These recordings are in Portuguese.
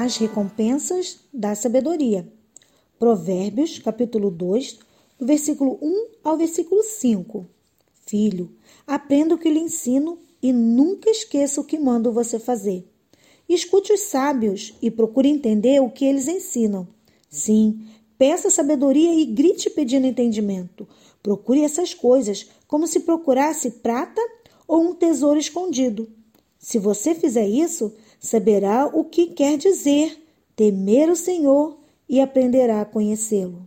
as recompensas da sabedoria. Provérbios, capítulo 2, do versículo 1 ao versículo 5. Filho, aprenda o que lhe ensino e nunca esqueça o que mando você fazer. Escute os sábios e procure entender o que eles ensinam. Sim, peça sabedoria e grite pedindo entendimento. Procure essas coisas como se procurasse prata ou um tesouro escondido. Se você fizer isso, saberá o que quer dizer temer o Senhor e aprenderá a conhecê-lo.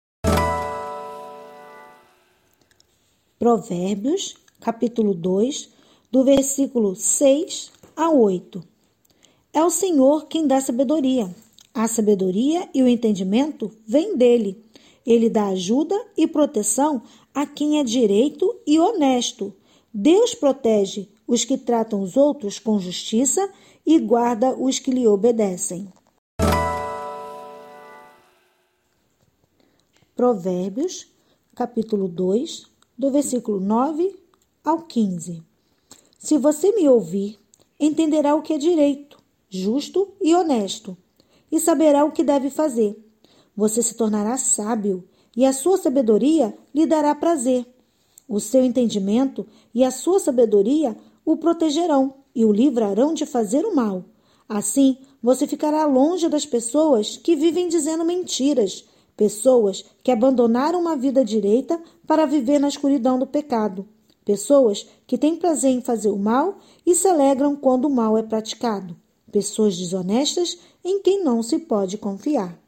Provérbios, capítulo 2, do versículo 6 a 8. É o Senhor quem dá sabedoria. A sabedoria e o entendimento vêm dele. Ele dá ajuda e proteção a quem é direito e honesto. Deus protege os que tratam os outros com justiça e guarda os que lhe obedecem. Provérbios, capítulo 2, do versículo 9 ao 15. Se você me ouvir, entenderá o que é direito, justo e honesto, e saberá o que deve fazer. Você se tornará sábio, e a sua sabedoria lhe dará prazer. O seu entendimento e a sua sabedoria o protegerão e o livrarão de fazer o mal. Assim, você ficará longe das pessoas que vivem dizendo mentiras, pessoas que abandonaram uma vida direita para viver na escuridão do pecado, pessoas que têm prazer em fazer o mal e se alegram quando o mal é praticado, pessoas desonestas em quem não se pode confiar.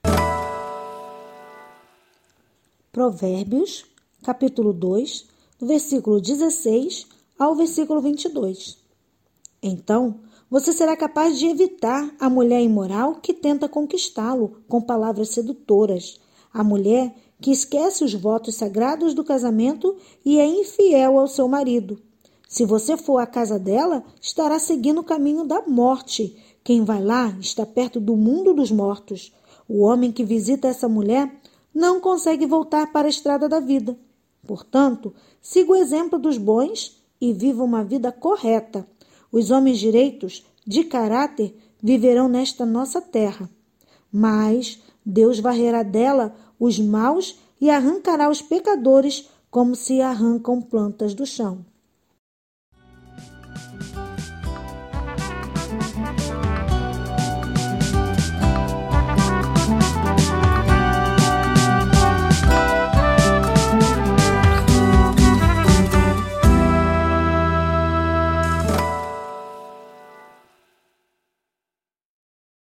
Provérbios, capítulo 2, do versículo 16 ao versículo 22. Então, você será capaz de evitar a mulher imoral que tenta conquistá-lo com palavras sedutoras, a mulher que esquece os votos sagrados do casamento e é infiel ao seu marido. Se você for à casa dela, estará seguindo o caminho da morte. Quem vai lá está perto do mundo dos mortos. O homem que visita essa mulher não consegue voltar para a estrada da vida. Portanto, siga o exemplo dos bons e viva uma vida correta. Os homens direitos, de caráter, viverão nesta nossa terra. Mas Deus varrerá dela os maus e arrancará os pecadores como se arrancam plantas do chão.